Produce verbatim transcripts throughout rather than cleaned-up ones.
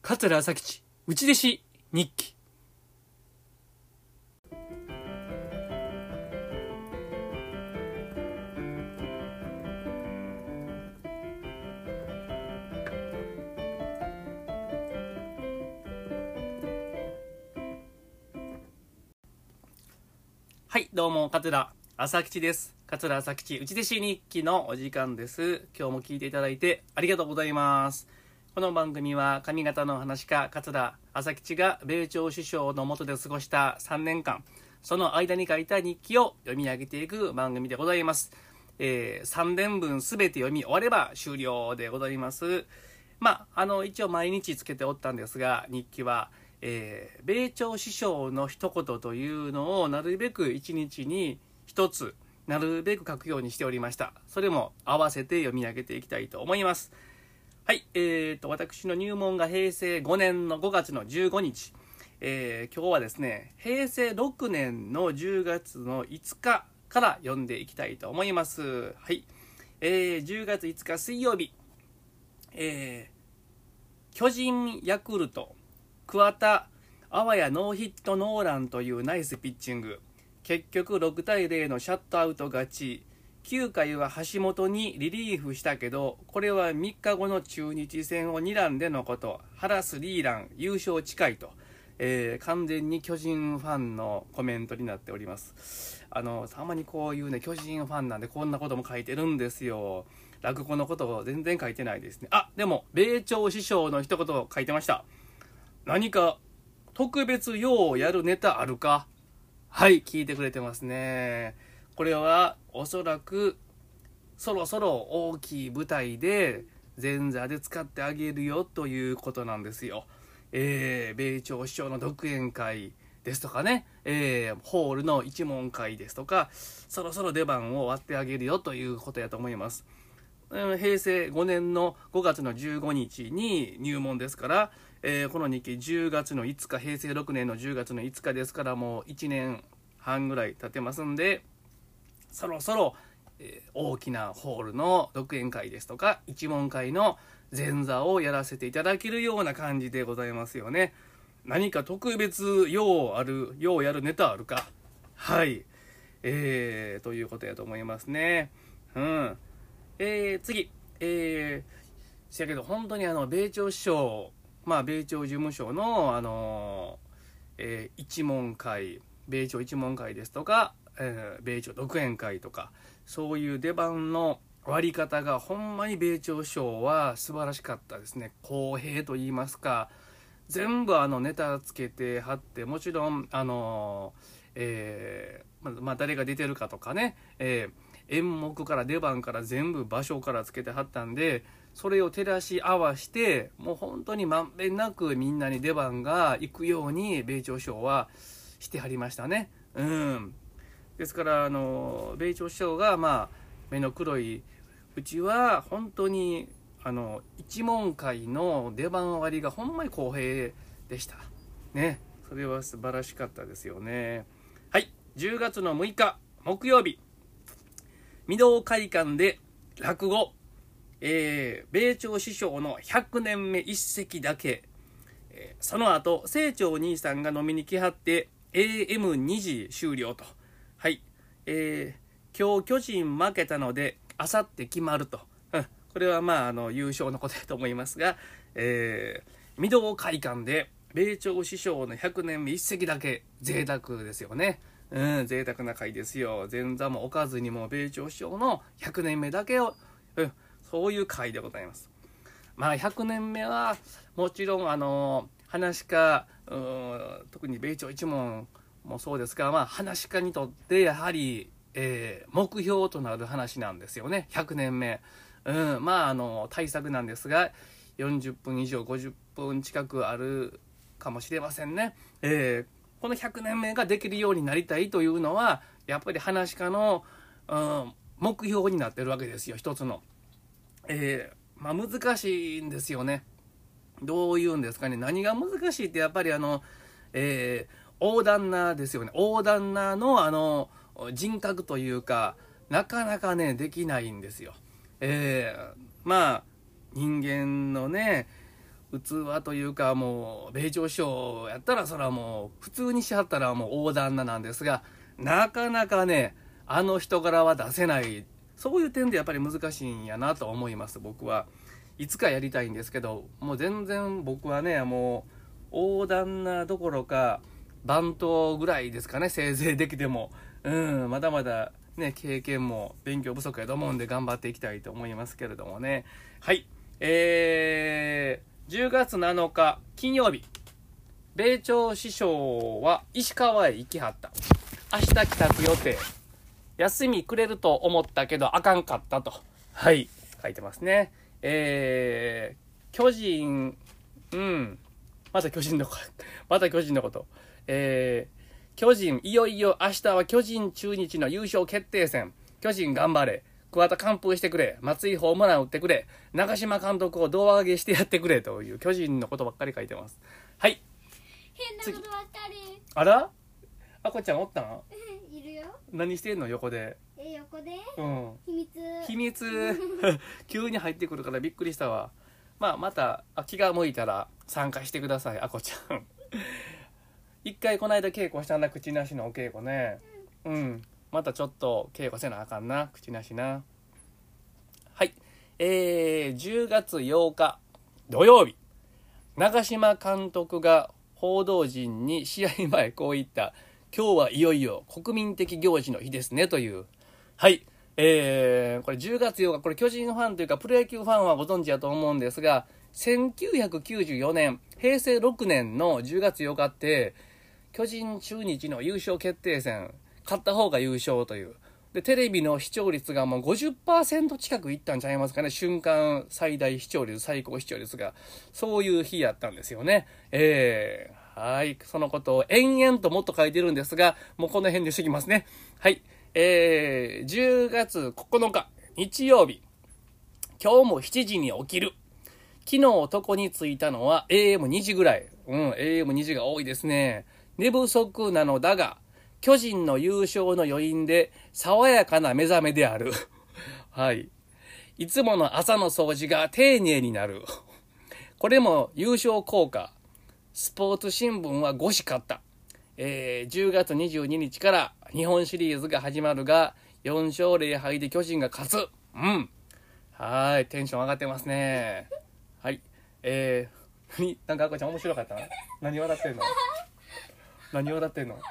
桂朝吉内弟子日記。はい、どうも桂朝吉です。桂朝吉内弟子日記のお時間です。今日も聞いていただいてありがとうございます。この番組は上方の話家桂朝吉が米朝首相の下で過ごしたさんねんかん、その間に書いた日記を読み上げていく番組でございます。えー、さんねんぶんすべて読み終われば終了でございます。まあ、あの一応毎日つけておったんですが、日記は、えー、米朝首相の一言というのをなるべくいちにちにひとつなるべく書くようにしておりました。それも合わせて読み上げていきたいと思います。はい、えーと、私の入門がへいせいごねんのごがつのじゅうごにち、えー、今日はですね、へいせいろくねんのじゅうがつのいつかから読んでいきたいと思います。はい、えー、じゅうがついつか水曜日、えー、巨人ヤクルト、桑田、あわやノーヒットノーランというナイスピッチング。結局ろくたいゼロのシャットアウト勝ち。きゅうかいは橋本にリリーフしたけど、これはみっかごの中日戦をにらんでのこと。ハラスリーラン優勝近いと、えー、完全に巨人ファンのコメントになっております。あのたまにこういうね、巨人ファンなんでこんなことも書いてるんですよ。落語のことを全然書いてないですね。あ、でも米朝師匠の一言を書いてました。何か特別ようやるネタあるか。はい、聞いてくれてますね。これはおそらくそろそろ大きい舞台で前座で使ってあげるよということなんですよ。えー、米朝師匠の独演会ですとかね、えー、ホールの一門会ですとか、そろそろ出番を割ってあげるよということやと思います。へいせいごねんのごがつのじゅうごにちに入門ですから、えー、この日記じゅうがつのいつか、へいせいろくねんのじゅうがつのいつかですから、もういちねんはんぐらい経ってますんで、そろそろ、えー、大きなホールの独演会ですとか一門会の前座をやらせていただけるような感じでございますよね。何か特別ようあるようやるネタあるか。はい、えー、ということやと思いますね。うん。えー、次、えー、しやけど本当にあの米朝師匠、まあ米朝事務所のあのー、えー、一門会、米朝一門会ですとか、えー、米朝独演会とか、そういう出番の割り方がほんまに米朝師匠は素晴らしかったですね。公平と言いますか、全部あのネタつけてはって、もちろんあのー、えー、ま, まあ誰が出てるかとかね、えー演目から出番から全部場所からつけてはったんで、それを照らし合わして、もう本当にまんべんなくみんなに出番が行くように米朝師匠はしてはりましたね。うん。ですからあの米朝師匠がまあ目の黒いうちは本当にあの一門会の出番割りがほんまに公平でしたね。それは素晴らしかったですよね。はい、じゅうがつのむいか木曜日、御堂会館で落語、えー、米朝師匠のひゃくねんめ一席だけ、えー、その後清張兄さんが飲みに来はって エーエムにじ終了と。はい、えー、今日巨人負けたのであさって決まると、うん、これはまああの優勝のことだと思いますが、えー、御堂会館で米朝師匠のひゃくねんめ一席だけ、贅沢ですよね。うん、贅沢な回ですよ。前座もおかずにも米朝師匠のひゃくねんめだけを、うん、そういう回でございます。まあひゃくねんめはもちろんあの噺家、うん、特に米朝一門もそうですが、まあ噺家にとってやはり、えー、目標となる話なんですよね、ひゃくねんめ。うん、まああの大作なんですが、よんじゅっぷん以上ごじゅっぷん近くあるかもしれませんね。えーこのひゃくねんめができるようになりたいというのはやっぱり噺家の、うん、目標になってるわけですよ、一つの。えー、まあ難しいんですよね。どういうんですかね、何が難しいってやっぱりあの、えー、横断なですよね。横断なのあの人格というか、なかなかねできないんですよ。えー、まあ人間のね器というか、もう米朝師匠やったらそれはもう普通にしはったらもう大旦那なんですが、なかなかねあの人柄は出せない、そういう点でやっぱり難しいんやなと思います。僕はいつかやりたいんですけど、もう全然僕はねもう大旦那どころか番頭ぐらいですかね、せいぜいできても。うんまだまだね経験も勉強不足やと思うんで頑張っていきたいと思いますけれどもね。はい、えー、じゅうがつなのか金曜日、米朝師匠は石川へ行きはった。明日帰宅予定、休みくれると思ったけどあかんかったと、はい書いてますね。えー、巨人、うんまた巨人のことまた巨人のこと、えー巨人、いよいよ明日は巨人中日の優勝決定戦。巨人頑張れ。桑田完封してくれ。松井ホームラン打ってくれ。長嶋監督を胴上げしてやってくれという巨人のことばっかり書いてます。はい。 変なことばっかり。 あらあこちゃんおったんいるよ。 何してんの横で。 え、横でうん。 秘密。 秘密。急に入ってくるからびっくりしたわ。まあまた気が向いたら参加してください、あこちゃん。一回この間稽古したんだ、口なしのお稽古ね。うん。またちょっと稽古せなあかんな、口なしな。はい。えー、じゅうがつようか土曜日。長嶋監督が報道陣に試合前こう言った。今日はいよいよ国民的行事の日ですねという。はい。えー、これじゅうがつようか、これ巨人ファンというかプロ野球ファンはご存知だと思うんですが、せんきゅうひゃくきゅうじゅうよねん、へいせいろくねんのじゅうがつようかって、巨人中日の優勝決定戦、勝った方が優勝という。で、テレビの視聴率がもう ごじゅっパーセント 近くいったんちゃいますかね。瞬間最大視聴率、最高視聴率が。そういう日やったんですよね。えー、はい。そのことを延々ともっと書いてるんですが、もうこの辺でしてきますね。はい。えー、じゅうがつここのか、日曜日。今日もしちじに起きる。昨日床に着いたのは エーエムに 時ぐらい。うん、エーエムに 時が多いですね。寝不足なのだが、巨人の優勝の余韻で爽やかな目覚めである。はい。いつもの朝の掃除が丁寧になる。これも優勝効果。スポーツ新聞はごしかった。えー、じゅうがつにじゅうににちから日本シリーズが始まるが、よんしょうぜろはいで巨人が勝つ。うん。はい。テンション上がってますね。はい。えー、なんか赤ちゃん面白かったな。何笑ってんの何笑ってんの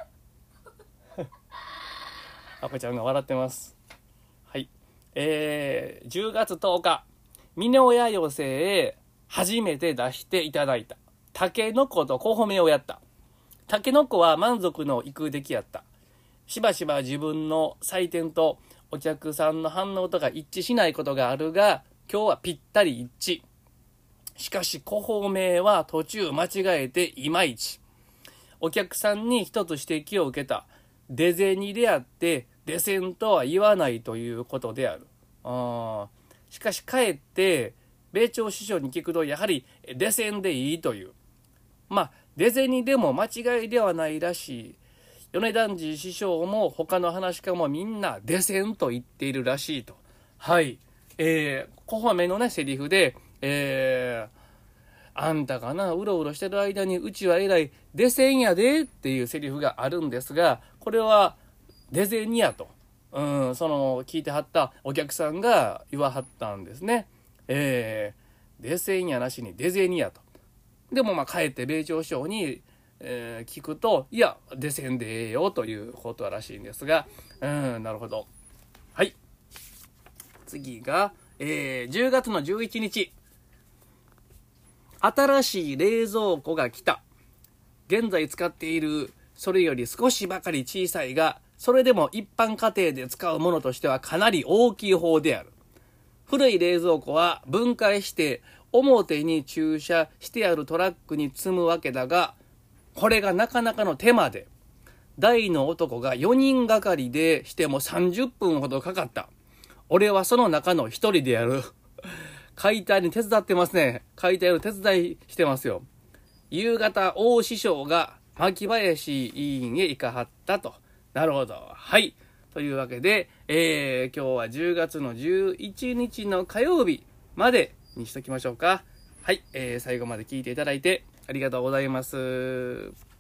赤ちゃんが笑ってます。はい。えー、じゅうがつとおか、美濃屋寄せへ初めて出していただいた。タケノコと小褒めをやった。タケノコは満足のいく出来やった。しばしば自分の採点とお客さんの反応とか一致しないことがあるが、今日はぴったり一致。しかし小褒めは途中間違えていまいち。お客さんに一つ指摘を受けた。出銭であって出銭とは言わないということである。あしかしかえって米朝師匠に聞くとやはり出銭でいいという。まあ出銭でも間違いではないらしい。米團次師匠も他の話家もみんな出銭と言っているらしいと。はい。えー、小褒めのねセリフで、えーあんたがなうろうろしてる間にうちはえらい出銭やでっていうセリフがあるんですが、これは出銭やと、うん、その聞いてはったお客さんが言わはったんですね。えー、出銭やなしに出銭やと。でもまあ帰って米朝師匠に、えー、聞くといや出銭でええよということらしいんですが、うんなるほど。はい。次が、えー、じゅうがつのじゅういちにち。新しい冷蔵庫が来た。現在使っているそれより少しばかり小さいが、それでも一般家庭で使うものとしてはかなり大きい方である。古い冷蔵庫は分解して表に駐車してあるトラックに積むわけだが、これがなかなかの手間で、大の男がよにんがかりでしてもさんじゅっぷんほどかかった。俺はその中の一人である。解体に手伝ってますね。解体の手伝いしてますよ。夕方、大師匠が牧林委員へ行かはったと。なるほど。はい。というわけで、えー、今日はじゅうがつのじゅういちにちの火曜日までにしときましょうか。 はい、えー最後まで聞いていただいてありがとうございます。